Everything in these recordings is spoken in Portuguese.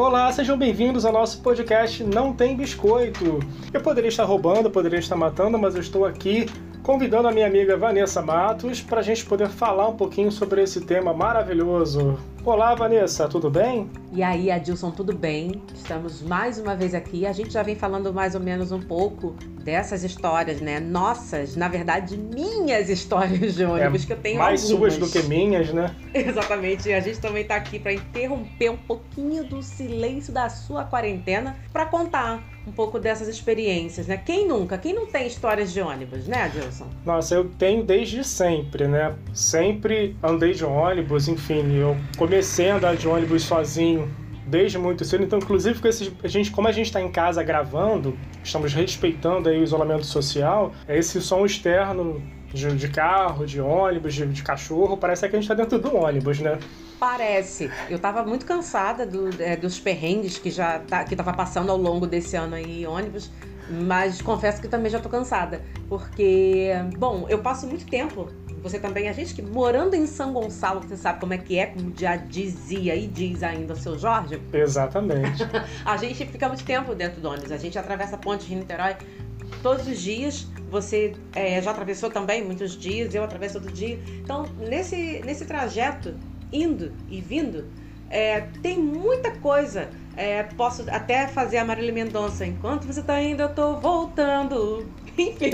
Olá, sejam bem-vindos ao nosso podcast Não Tem Biscoito. Eu poderia estar roubando, poderia estar matando, mas eu estou aqui convidando a minha amiga Vanessa Matos para a gente poder falar um pouquinho sobre esse tema maravilhoso. Olá, Vanessa, tudo bem? E aí, Adilson, tudo bem? Estamos mais uma vez aqui. A gente já vem falando mais ou menos um pouco dessas histórias, né? Nossas, na verdade, minhas histórias de ônibus, que eu tenho mais algumas. suas do que minhas, né? Exatamente. E a gente também está aqui para interromper um pouquinho do silêncio da sua quarentena para contar um pouco dessas experiências, né? Quem nunca? Quem não tem histórias de ônibus, né, Adilson? Nossa, eu tenho desde sempre, né? Sempre andei de ônibus, enfim, eu comecei a andar de ônibus sozinho desde muito cedo, então inclusive como a gente está em casa gravando, estamos respeitando aí o isolamento social, esse som externo de carro, de ônibus, de cachorro, parece que a gente está dentro do ônibus, né? Parece. Eu tava muito cansada dos perrengues que tava passando ao longo desse ano aí, ônibus, mas confesso que também já tô cansada, porque, bom, eu passo muito tempo, você também, a gente que morando em São Gonçalo, você sabe como já dizia e diz ainda o seu Jorge? Exatamente. A gente fica muito tempo dentro do ônibus, a gente atravessa a ponte de Niterói todos os dias. Você já atravessou também muitos dias, eu atravesso todo dia. Então, nesse trajeto, indo e vindo, tem muita coisa. Posso até fazer a Marília Mendonça. Enquanto você tá indo, eu tô voltando. Enfim.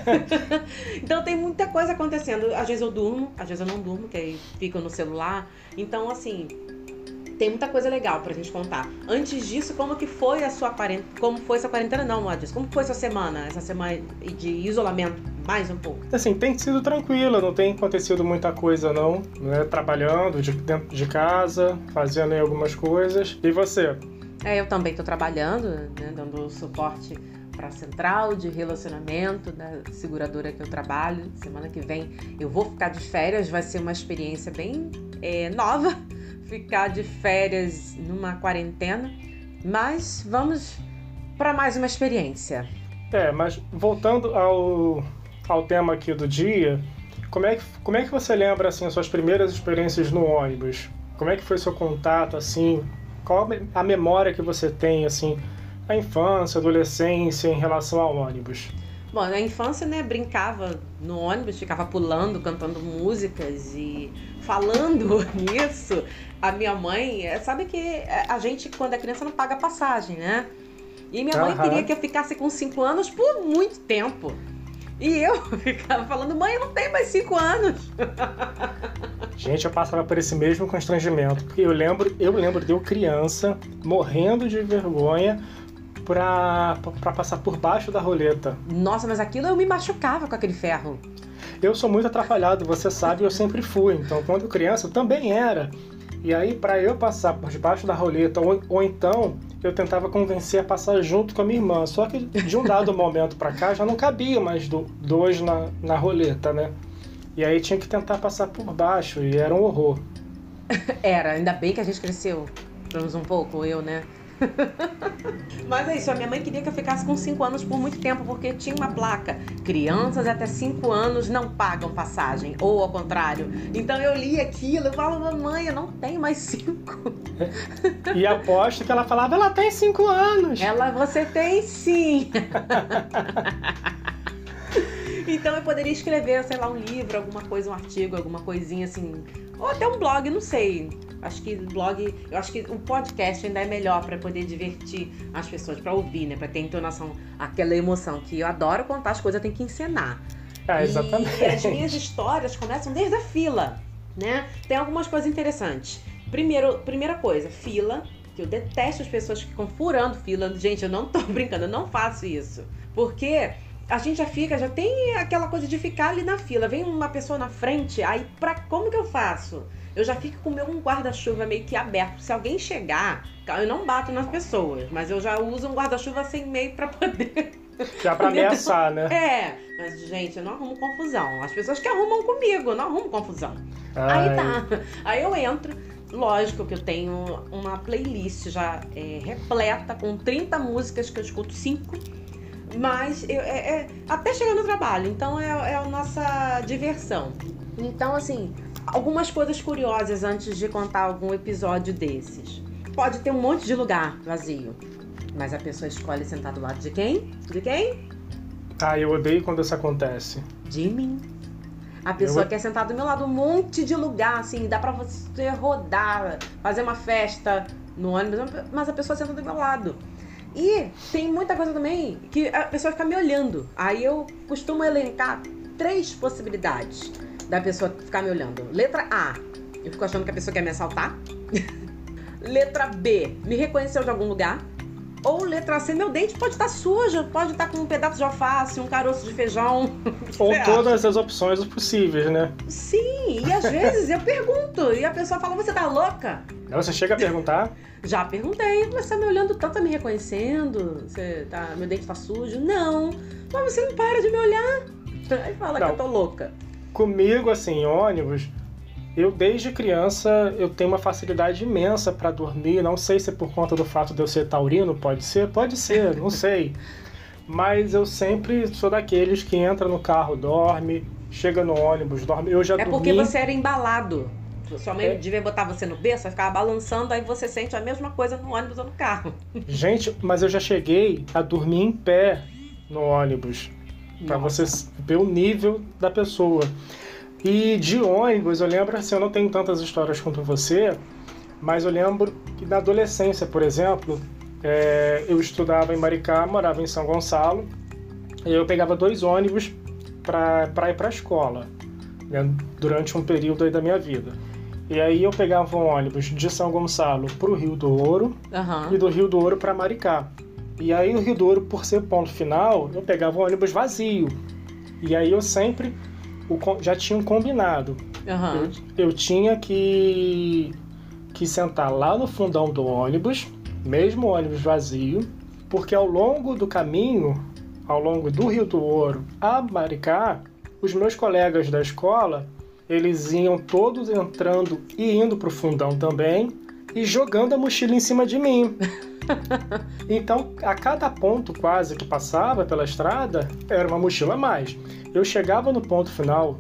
Então tem muita coisa acontecendo. Às vezes eu durmo, às vezes eu não durmo, que aí fico no celular. Então, assim, tem muita coisa legal pra gente contar. Antes disso, como foi essa quarentena? Não, Adilson. Como foi essa semana de isolamento? Mais um pouco. Assim, tem sido tranquila, não tem acontecido muita coisa não, né? Trabalhando dentro de casa, fazendo aí algumas coisas. E você? Eu também estou trabalhando, né, dando suporte para a central de relacionamento da seguradora que eu trabalho. Semana que vem eu vou ficar de férias, vai ser uma experiência bem nova, ficar de férias numa quarentena, mas vamos para mais uma experiência. Mas voltando ao tema aqui do dia, como é que você lembra assim, as suas primeiras experiências no ônibus? Como é que foi seu contato, assim? Qual a memória que você tem, assim, da infância, adolescência em relação ao ônibus? Bom, na infância, né, brincava no ônibus, ficava pulando, cantando músicas e falando nisso. A minha mãe, sabe que a gente, quando é criança, não paga passagem, né? E minha mãe queria que eu ficasse com 5 anos por muito tempo. E eu ficava falando, mãe, eu não tenho mais 5 anos. Gente, eu passava por esse mesmo constrangimento, porque eu lembro de eu criança, morrendo de vergonha pra passar por baixo da roleta. Nossa, mas aquilo eu me machucava com aquele ferro. Eu sou muito atrapalhado, você sabe, eu sempre fui. Então, quando criança, eu também era. E aí, pra eu passar por debaixo da roleta, ou então eu tentava convencer a passar junto com a minha irmã. Só que de um dado momento pra cá já não cabia mais dois na roleta, né? E aí tinha que tentar passar por baixo e era um horror. Ainda bem que a gente cresceu. Pelo menos um pouco, eu, né? Mas é isso, a minha mãe queria que eu ficasse com 5 anos por muito tempo, porque tinha uma placa: crianças até 5 anos não pagam passagem, ou ao contrário. Então eu li aquilo, eu falava, mamãe, eu não tenho mais 5. E aposto que ela falava, ela tem 5 anos. Você tem sim. Então eu poderia escrever, sei lá, um livro, alguma coisa, um artigo, alguma coisinha assim, ou até um blog, não sei. Acho que um podcast ainda é melhor para poder divertir as pessoas, para ouvir, né? Para ter entonação, aquela emoção que eu adoro contar as coisas, eu tenho que ensinar. Exatamente. E as minhas histórias começam desde a fila, né? Tem algumas coisas interessantes. Primeira coisa, fila, que eu detesto as pessoas que ficam furando fila. Gente, eu não tô brincando, eu não faço isso. Porque a gente já tem aquela coisa de ficar ali na fila. Vem uma pessoa na frente, aí como que eu faço? Eu já fico com um guarda-chuva meio que aberto. Se alguém chegar, eu não bato nas pessoas, mas eu já uso um guarda-chuva sem meio pra poder... Já pra ameaçar, né? Mas, gente, eu não arrumo confusão. As pessoas que arrumam comigo, eu não arrumo confusão. Ai. Aí tá. Aí eu entro. Lógico que eu tenho uma playlist já repleta com 30 músicas que eu escuto 5. Mas até chegar no trabalho. Então é a nossa diversão. Então, assim, algumas coisas curiosas antes de contar algum episódio desses. Pode ter um monte de lugar vazio, mas a pessoa escolhe sentar do lado de quem? De quem? Ah, eu odeio quando isso acontece. De mim. A pessoa quer sentar do meu lado, um monte de lugar, assim, dá pra você rodar, fazer uma festa no ônibus, mas a pessoa senta do meu lado. E tem muita coisa também que a pessoa fica me olhando. Aí eu costumo elencar 3 possibilidades da pessoa ficar me olhando. Letra A, eu fico achando que a pessoa quer me assaltar. Letra B, me reconheceu de algum lugar. Ou letra C, meu dente pode estar sujo, pode estar com um pedaço de alface, um caroço de feijão. Ou todas as opções possíveis, né? Sim, e às vezes eu pergunto, e a pessoa fala, você tá louca? Você chega a perguntar? Já perguntei, mas você tá me olhando tanto, tá me reconhecendo? Meu dente tá sujo? Não, mas você não para de me olhar. Aí fala que eu tô louca. Comigo, assim, ônibus, eu desde criança eu tenho uma facilidade imensa pra dormir. Não sei se é por conta do fato de eu ser taurino, pode ser, não sei. Mas eu sempre sou daqueles que entra no carro, dorme, chega no ônibus, dorme. Eu já dormi... porque você era embalado. Sua mãe devia botar você no berço, vai ficar balançando, aí você sente a mesma coisa no ônibus ou no carro. Gente, mas eu já cheguei a dormir em pé no ônibus. Pra você ver o nível da pessoa. E de ônibus, eu lembro, assim, eu não tenho tantas histórias quanto você, mas eu lembro que na adolescência, por exemplo, eu estudava em Maricá, morava em São Gonçalo, e eu pegava 2 ônibus para ir para a escola, né, durante um período aí da minha vida. E aí eu pegava um ônibus de São Gonçalo para o Rio do Ouro e do Rio do Ouro para Maricá. E aí o Rio do Ouro, por ser ponto final, eu pegava um ônibus vazio. E aí eu sempre... já tinha um combinado. Eu tinha que sentar lá no fundão do ônibus, mesmo ônibus vazio, porque ao longo do caminho, ao longo do Rio do Ouro a Maricá, os meus colegas da escola, eles iam todos entrando e indo pro fundão também e jogando a mochila em cima de mim. Então, a cada ponto quase que passava pela estrada, era uma mochila a mais. Eu chegava no ponto final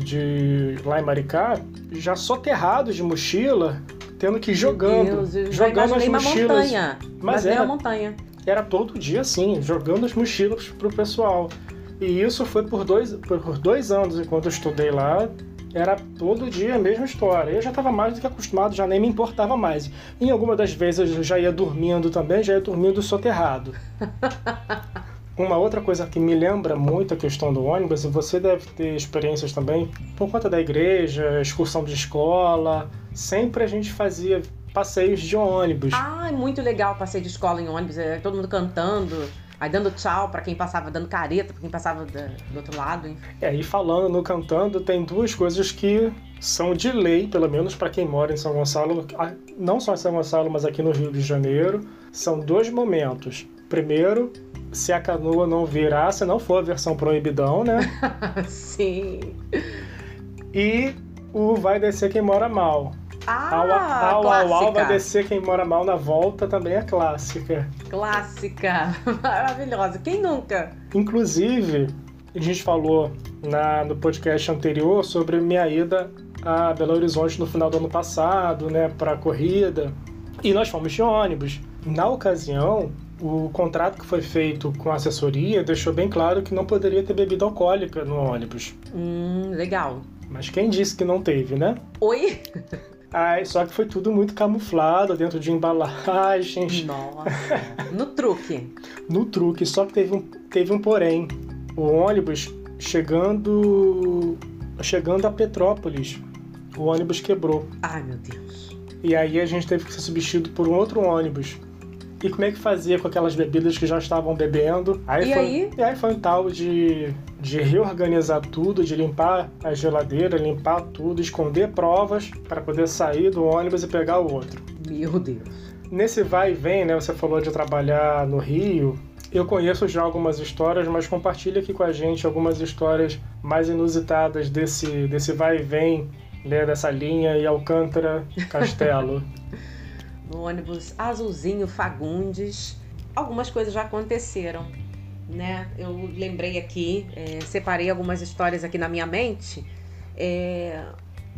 lá em Maricá, já soterrado de mochila, tendo que ir jogando as mochilas. Mas era uma montanha. Era todo dia assim, jogando as mochilas pro pessoal. E isso foi por 2 anos, enquanto eu estudei lá. Era todo dia a mesma história. Eu já estava mais do que acostumado, já nem me importava mais. Em alguma das vezes eu já ia dormindo também, já ia dormindo soterrado. Uma outra coisa que me lembra muito a questão do ônibus, e você deve ter experiências também, por conta da igreja, excursão de escola, sempre a gente fazia passeios de ônibus. Ah, é muito legal passeio de escola em ônibus, todo mundo cantando, aí dando tchau pra quem passava, dando careta pra quem passava do outro lado. Hein? E falando no cantando, tem 2 coisas que são de lei, pelo menos para quem mora em São Gonçalo, não só em São Gonçalo, mas aqui no Rio de Janeiro. São 2 momentos. Primeiro, se a canoa não virar, se não for a versão proibidão, né? Sim. E o vai descer quem mora mal. Clássica. Vai descer quem mora mal na volta também é clássica. Clássica. Maravilhosa. Quem nunca? Inclusive, a gente falou no podcast anterior sobre minha ida a Belo Horizonte no final do ano passado, né, para a corrida. E nós fomos de ônibus. Na ocasião, o contrato que foi feito com a assessoria deixou bem claro que não poderia ter bebida alcoólica no ônibus. Legal. Mas quem disse que não teve, né? Oi? Só que foi tudo muito camuflado dentro de embalagens. Nossa. No truque. No truque, só que teve um porém. O ônibus chegando a Petrópolis, o ônibus quebrou. Ai, meu Deus. E aí a gente teve que ser substituído por um outro ônibus. E como é que fazia com aquelas bebidas que já estavam bebendo? Aí foi um tal de reorganizar tudo, de limpar a geladeira, limpar tudo, esconder provas para poder sair do ônibus e pegar o outro. Meu Deus. Nesse vai e vem, né? Você falou de trabalhar no Rio. Eu conheço já algumas histórias, mas compartilha aqui com a gente algumas histórias mais inusitadas desse vai e vem, né? Dessa linha e Alcântara Castelo. No ônibus azulzinho Fagundes, algumas coisas já aconteceram, né? Eu lembrei aqui, separei algumas histórias aqui na minha mente.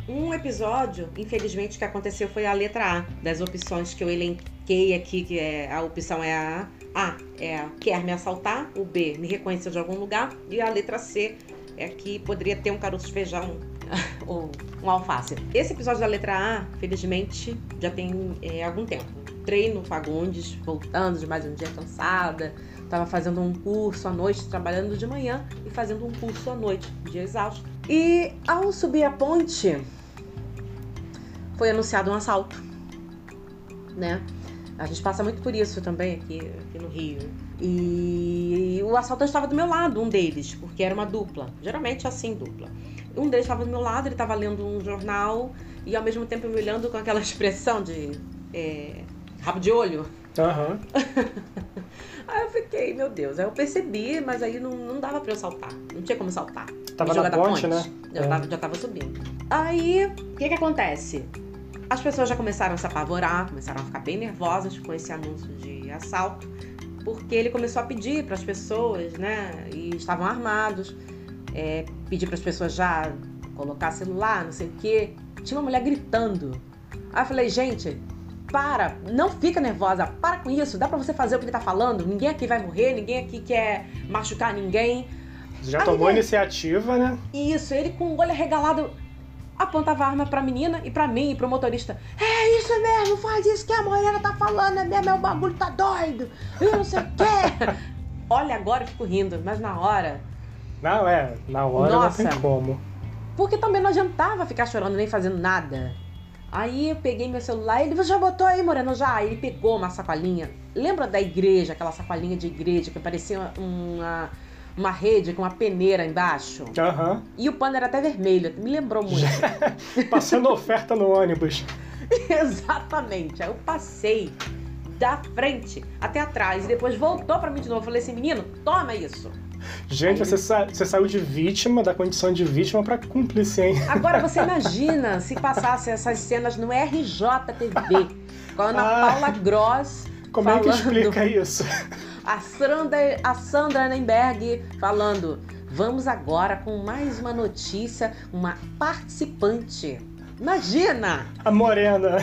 Um episódio, infelizmente, que aconteceu foi a letra A das opções que eu elenquei aqui, que a opção é a A é quer me assaltar, o B me reconheceu de algum lugar e a letra C é que poderia ter um caroço de feijão ou um alface. Esse episódio da letra A, felizmente, já tem algum tempo. Entrei no Fagundes, voltando de mais um dia cansada, tava fazendo um curso à noite, trabalhando de manhã e fazendo um curso à noite, dia exausto. E ao subir a ponte, foi anunciado um assalto, né? A gente passa muito por isso também aqui no Rio. E o assaltante estava do meu lado, um deles, porque era uma dupla. Geralmente é assim, dupla. Um deles estava do meu lado, ele estava lendo um jornal e ao mesmo tempo me olhando com aquela expressão de rabo de olho. Aham. Aí eu fiquei, meu Deus. Aí eu percebi, mas aí não dava pra eu saltar. Não tinha como saltar. Tava na ponte, né? Já tava subindo. Aí, o que acontece? As pessoas já começaram a se apavorar, começaram a ficar bem nervosas com esse anúncio de assalto, porque ele começou a pedir para as pessoas, né? E estavam armados, pedir para as pessoas já colocar celular, não sei o quê. Tinha uma mulher gritando. Aí eu falei, gente, para, não fica nervosa, para com isso, dá pra você fazer o que ele tá falando, ninguém aqui vai morrer, ninguém aqui quer machucar ninguém. Já tomou iniciativa, né? Isso, ele com o olho arregalado apontava a arma pra menina e pra mim e pro motorista. É isso mesmo, faz isso que a mulher tá falando, é mesmo, o bagulho tá doido, eu não sei o quê. Olha, agora eu fico rindo, mas na hora... Não, na hora nossa, não tem como. Porque também não adiantava ficar chorando nem fazendo nada. Aí eu peguei meu celular e ele, você já botou aí, Moreno? Já. Aí ele pegou uma sacolinha. Lembra da igreja, aquela sacolinha de igreja que parecia uma rede com uma peneira embaixo? Aham. E o pano era até vermelho, me lembrou muito. Passando oferta no ônibus. Exatamente. Aí eu passei da frente até atrás e depois voltou pra mim de novo. Eu falei assim, menino, toma isso. Gente, você saiu de vítima, da condição de vítima pra cúmplice, hein? Agora você imagina se passasse essas cenas no RJTV, com a Ana Paula Gross Como falando, é que explica isso? A Sandra Nemberg falando, vamos agora com mais uma notícia, uma participante. Imagina! A Morena.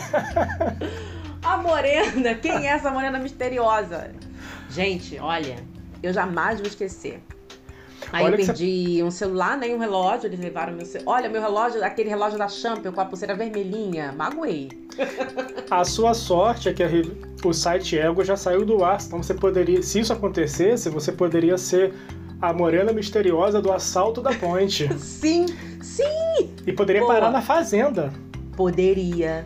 A Morena, quem é essa Morena misteriosa? Gente, olha, eu jamais vou esquecer. Aí olha eu perdi um celular, nem um relógio, eles levaram meu celular. Olha, meu relógio, aquele relógio da Champion com a pulseira vermelhinha, magoei. A sua sorte é que o site Ego já saiu do ar, então você poderia, se isso acontecesse, você poderia ser a Morena misteriosa do assalto da ponte. Sim, sim! E poderia parar na fazenda. Poderia.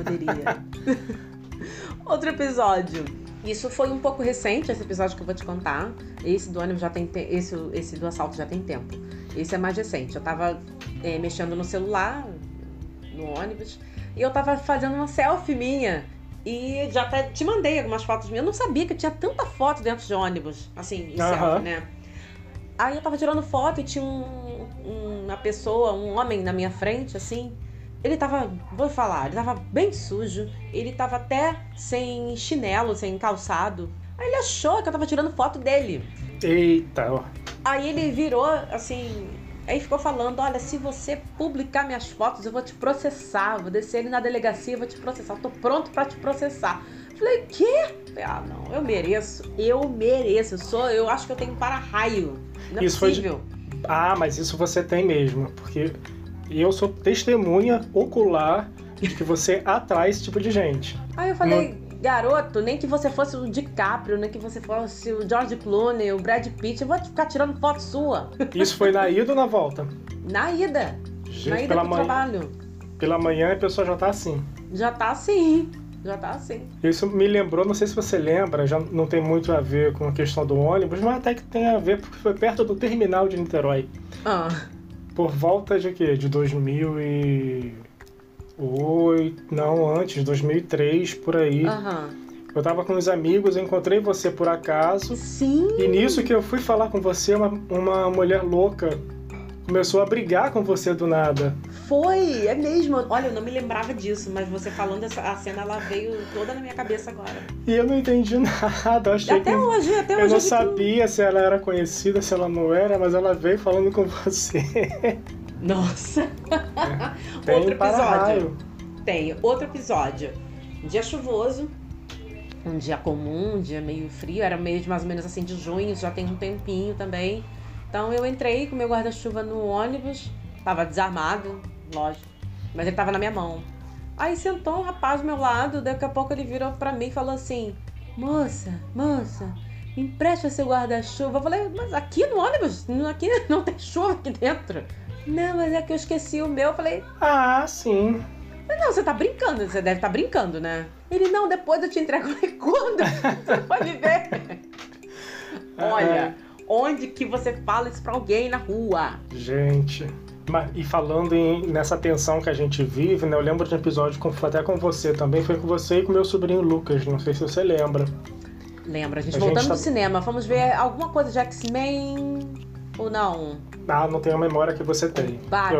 Outro episódio. Isso foi um pouco recente, esse episódio que eu vou te contar. Esse do ônibus já tem esse do assalto já tem tempo. Esse é mais recente. Eu tava mexendo no celular, no ônibus, e eu tava fazendo uma selfie minha. E já até te mandei algumas fotos minhas. Eu não sabia que tinha tanta foto dentro de ônibus, assim, de selfie, né? Aí eu tava tirando foto e tinha uma pessoa, um homem na minha frente, assim. Ele tava, vou falar, ele tava bem sujo, ele tava até sem chinelo, sem calçado. Aí ele achou que eu tava tirando foto dele. Eita! Aí ele virou, assim, aí ficou falando, olha, se você publicar minhas fotos, eu vou te processar, vou descer ele na delegacia e vou te processar, eu tô pronto pra te processar. Falei, quê? Ah, não, eu mereço, eu acho que eu tenho para-raio, não é isso possível. Mas isso você tem mesmo, porque... E eu sou testemunha ocular de que você atrai esse tipo de gente. Aí eu falei, garoto, nem que você fosse o DiCaprio, nem que você fosse o George Clooney, o Brad Pitt, eu vou ficar tirando foto sua. Isso foi na ida ou na volta? Na ida. Gente, na ida pro trabalho. Pela manhã a pessoa já tá assim. Já tá assim. Isso me lembrou, não sei se você lembra, já não tem muito a ver com a questão do ônibus, mas até que tem a ver porque foi perto do terminal de Niterói. Por volta de quê? De 2008, não, antes, 2003, por aí. Eu tava com uns amigos, eu encontrei você por acaso. Sim! E nisso que eu fui falar com você, uma mulher louca começou a brigar com você do nada. Foi, é mesmo. Olha, eu não me lembrava disso, mas você falando a cena, ela veio toda na minha cabeça agora. E eu não entendi nada. Até hoje. Eu não sabia se ela era conhecida, se ela não era, mas ela veio falando com você. Nossa! Tem Outro episódio. para-raio. Tem outro episódio. Um dia chuvoso, um dia comum, um dia meio frio, era mês mais ou menos assim de junho, já tem um tempinho também. Então eu entrei com meu guarda-chuva no ônibus, tava desarmado, lógico, mas ele tava na minha mão. Aí sentou um rapaz do meu lado, daqui a pouco ele virou pra mim e falou assim: moça, me empresta seu guarda-chuva. Eu falei, mas aqui no ônibus? Aqui não tem chuva aqui dentro. Não, mas é que eu esqueci o meu. Eu falei, Ah, sim. não, você tá brincando, você deve estar brincando, né? Ele, não, depois eu te entrego. Eu falei, quando? Você pode ver. Olha, onde que você fala isso pra alguém na rua? Gente, e falando nessa tensão que a gente vive, né? Eu lembro de um episódio até com você também, foi com você e com meu sobrinho Lucas, não sei se você lembra. Lembra, a gente voltando do cinema, fomos ver alguma coisa de X-Men ou não? Ah, não tenho a memória que você tem. Batman. Eu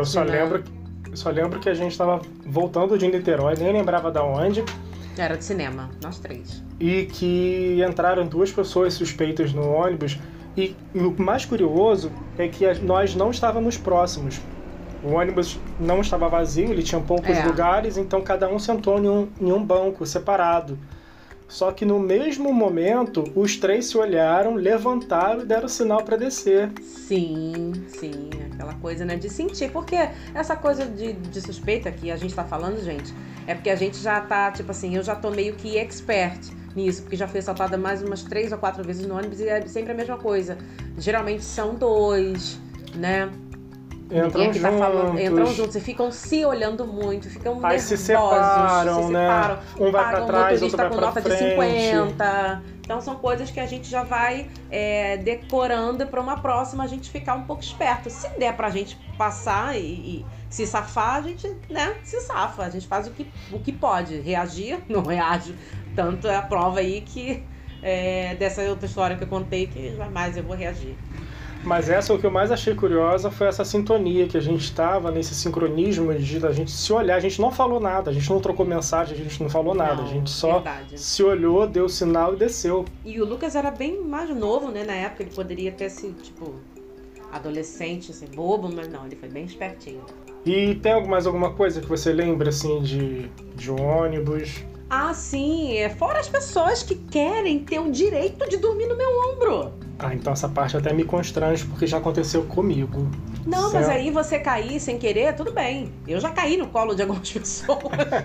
só lembro que a gente estava voltando de Niterói, nem lembrava de onde. Era de cinema, nós três. E que entraram 2 pessoas suspeitas no ônibus. E o mais curioso é que nós não estávamos próximos. O ônibus não estava vazio, ele tinha poucos lugares, então cada um sentou em um banco separado. Só que no mesmo momento, os 3 se olharam, levantaram e deram sinal para descer. Sim, aquela coisa, né, de sentir. Porque essa coisa de suspeita que a gente tá falando, gente, é porque a gente já tá, tipo assim, eu já tô meio que expert nisso, porque já fui assaltada mais umas 3 ou 4 vezes no ônibus e é sempre a mesma coisa. Geralmente são 2, né? Entram juntos e ficam se olhando muito, ficam aí nervosos, se separam, né? Um vai pra trás, outro vai pra nota frente. de 50. Então são coisas que a gente já vai decorando para uma próxima a gente ficar um pouco esperto. Se der pra gente passar e se safar, a gente, né, se safa. A gente faz o que pode. Reagir, não reage. Tanto é a prova aí que dessa outra história que eu contei que jamais eu vou reagir. Mas o que eu mais achei curiosa foi essa sintonia que a gente estava, nesse sincronismo de a gente se olhar. A gente não falou nada, a gente não trocou mensagem, a gente não falou nada. A gente só se olhou, deu sinal e desceu. E o Lucas era bem mais novo, né? Na época ele poderia ter sido, tipo, adolescente, assim, bobo, mas não, ele foi bem espertinho. E tem mais alguma coisa que você lembra, assim, de ônibus? Ah, sim, fora as pessoas que querem ter o direito de dormir no meu ombro. Ah, então essa parte até me constrange, porque já aconteceu comigo. Não, mas aí você cair sem querer, tudo bem. Eu já caí no colo de algumas pessoas.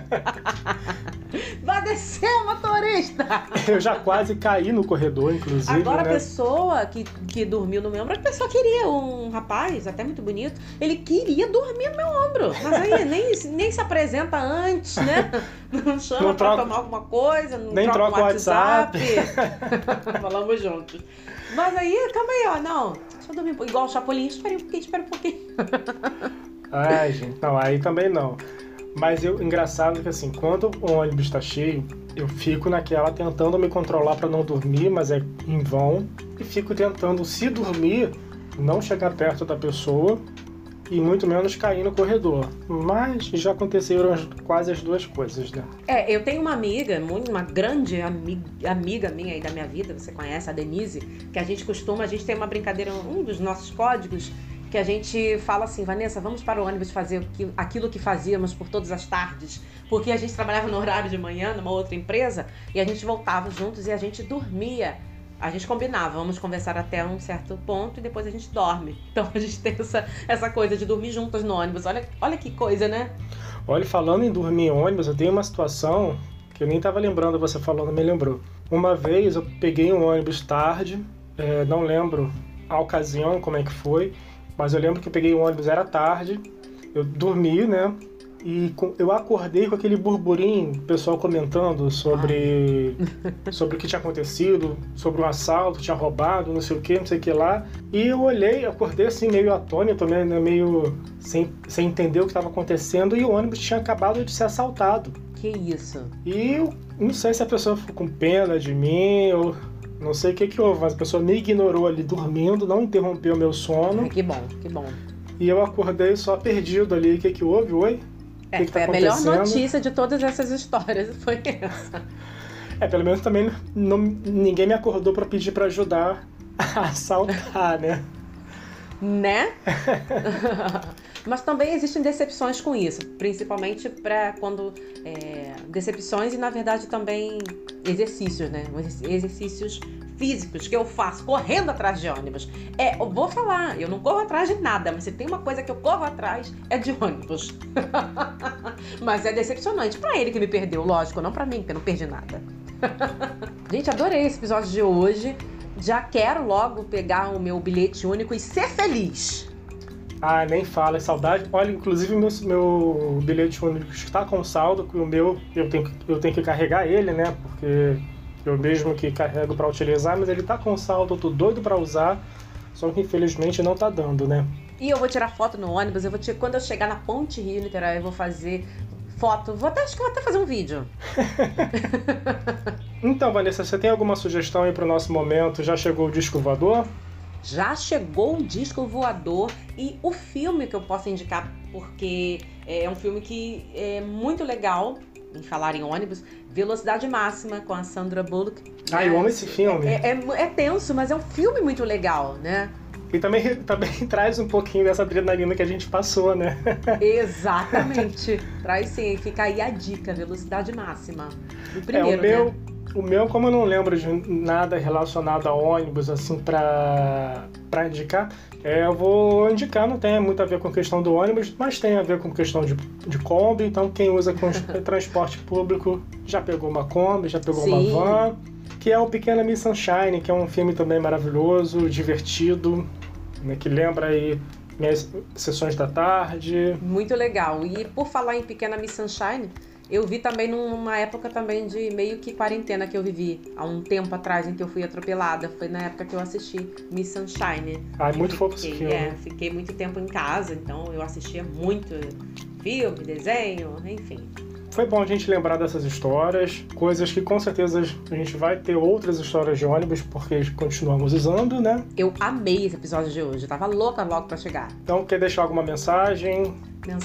Vai descer, motorista! Eu já quase caí no corredor, inclusive. Agora, né? A pessoa que dormiu no meu ombro, a pessoa queria, um rapaz, até muito bonito, ele queria dormir no meu ombro. Mas aí nem se apresenta antes, né? Não chama pra tomar alguma coisa, não nem troca o WhatsApp. Falamos juntos. Mas aí, calma aí, ó, não. Deixa eu dormir igual o Chapolin, espera um pouquinho. Ai, gente, não, aí também não. Mas engraçado que assim, quando o ônibus tá cheio, eu fico naquela tentando me controlar pra não dormir, mas é em vão. E fico tentando, se dormir, não chegar perto da pessoa e muito menos cair no corredor. Mas já aconteceram quase as 2 coisas, né? Eu tenho uma amiga, uma grande amiga minha aí da minha vida, você conhece, a Denise, que a gente tem uma brincadeira, um dos nossos códigos, que a gente fala assim, Vanessa, vamos para o ônibus fazer aquilo que fazíamos por todas as tardes, porque a gente trabalhava no horário de manhã, numa outra empresa, e a gente voltava juntos e a gente dormia. A gente combinava, vamos conversar até um certo ponto e depois a gente dorme. Então a gente tem essa coisa de dormir juntas no ônibus. Olha que coisa, né? Olha, falando em dormir em ônibus, eu tenho uma situação que eu nem estava lembrando, você falando, me lembrou. Uma vez eu peguei um ônibus tarde, não lembro a ocasião, como é que foi, mas eu lembro que eu peguei um ônibus, era tarde, eu dormi, né? E eu acordei com aquele burburinho, o pessoal comentando sobre o que tinha acontecido, sobre um assalto, tinha roubado, não sei o que lá. E eu olhei, acordei assim meio atônito, né, meio sem entender o que estava acontecendo, e o ônibus tinha acabado de ser assaltado. Que isso? E eu não sei se a pessoa ficou com pena de mim, ou não sei o que houve, mas a pessoa me ignorou ali dormindo, não interrompeu meu sono. Que bom. E eu acordei só perdido ali, o que houve? Oi? Que foi tá a melhor notícia de todas essas histórias, foi essa. Pelo menos também ninguém me acordou pra pedir pra ajudar a assaltar, né? Né? Mas também existem decepções com isso, principalmente para quando decepções e na verdade também exercícios, né? Exercícios físicos que eu faço correndo atrás de ônibus. Eu vou falar, eu não corro atrás de nada, mas se tem uma coisa que eu corro atrás é de ônibus. Mas é decepcionante pra ele que me perdeu, lógico, não pra mim, porque eu não perdi nada. Gente, adorei esse episódio de hoje. Já quero logo pegar o meu bilhete único e ser feliz. Ah, nem fala, é saudade. Olha, inclusive meu bilhete único está com saldo, o meu eu tenho que carregar ele, né? Porque eu mesmo que carrego para utilizar, mas ele tá com saldo, eu tô doido para usar, só que infelizmente não tá dando, né? E eu vou tirar foto no ônibus, quando eu chegar na Ponte Rio-Niterói, eu vou fazer foto, acho que vou até fazer um vídeo. Então, Vanessa, você tem alguma sugestão aí pro nosso momento? Já chegou o disco voador? Já chegou o disco voador e o filme que eu posso indicar, porque é um filme que é muito legal, em falar em ônibus, Velocidade Máxima, com a Sandra Bullock. Ah, eu amo esse filme. É tenso, mas é um filme muito legal, né? E também traz um pouquinho dessa adrenalina que a gente passou, né? Exatamente. Traz sim, fica aí a dica, Velocidade Máxima. O primeiro, né? O meu, como eu não lembro de nada relacionado a ônibus, assim, pra indicar, eu vou indicar, não tem muito a ver com questão do ônibus, mas tem a ver com questão de Kombi, então quem usa transporte público já pegou uma Kombi, já pegou Sim. uma van, que é o Pequena Miss Sunshine, que é um filme também maravilhoso, divertido, né, que lembra aí minhas sessões da tarde. Muito legal. E por falar em Pequena Miss Sunshine, eu vi também numa época também de meio que quarentena que eu vivi, há um tempo atrás em que eu fui atropelada. Foi na época que eu assisti Miss Sunshine. Ah, é muito fofo esse filme. Fiquei muito tempo em casa, então eu assistia muito filme, desenho, enfim. Foi bom a gente lembrar dessas histórias, coisas que com certeza a gente vai ter outras histórias de ônibus, porque continuamos usando, né? Eu amei esse episódio de hoje, eu tava louca logo pra chegar. Então, quer deixar alguma mensagem?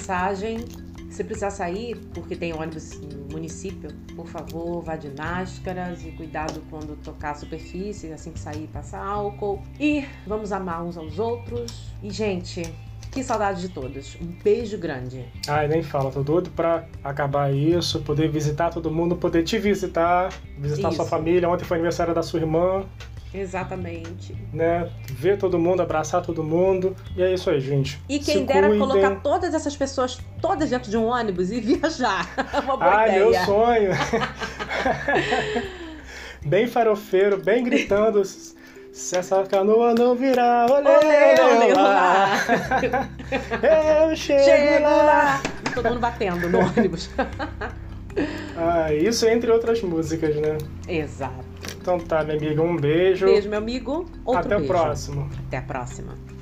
Se precisar sair, porque tem ônibus no município, por favor, vá de máscaras e cuidado quando tocar a superfície, assim que sair, passar álcool. E vamos amar uns aos outros. E, gente, que saudade de todos. Um beijo grande. Ai, nem fala, tô doido pra acabar isso, poder visitar todo mundo, poder te visitar sua família. Ontem foi aniversário da sua irmã. Exatamente. Né? Ver todo mundo, abraçar todo mundo. E é isso aí, gente. E quem dera colocar todas essas pessoas todas dentro de um ônibus e viajar. Uma boa ideia. Meu sonho. Bem farofeiro, bem gritando. Se essa canoa não virar, olê lá. Eu chego lá. Todo mundo batendo no ônibus. Isso entre outras músicas, né? Exato. Então tá, minha amiga, um beijo. Beijo, meu amigo. Outro beijo. Até o próximo. Até a próxima.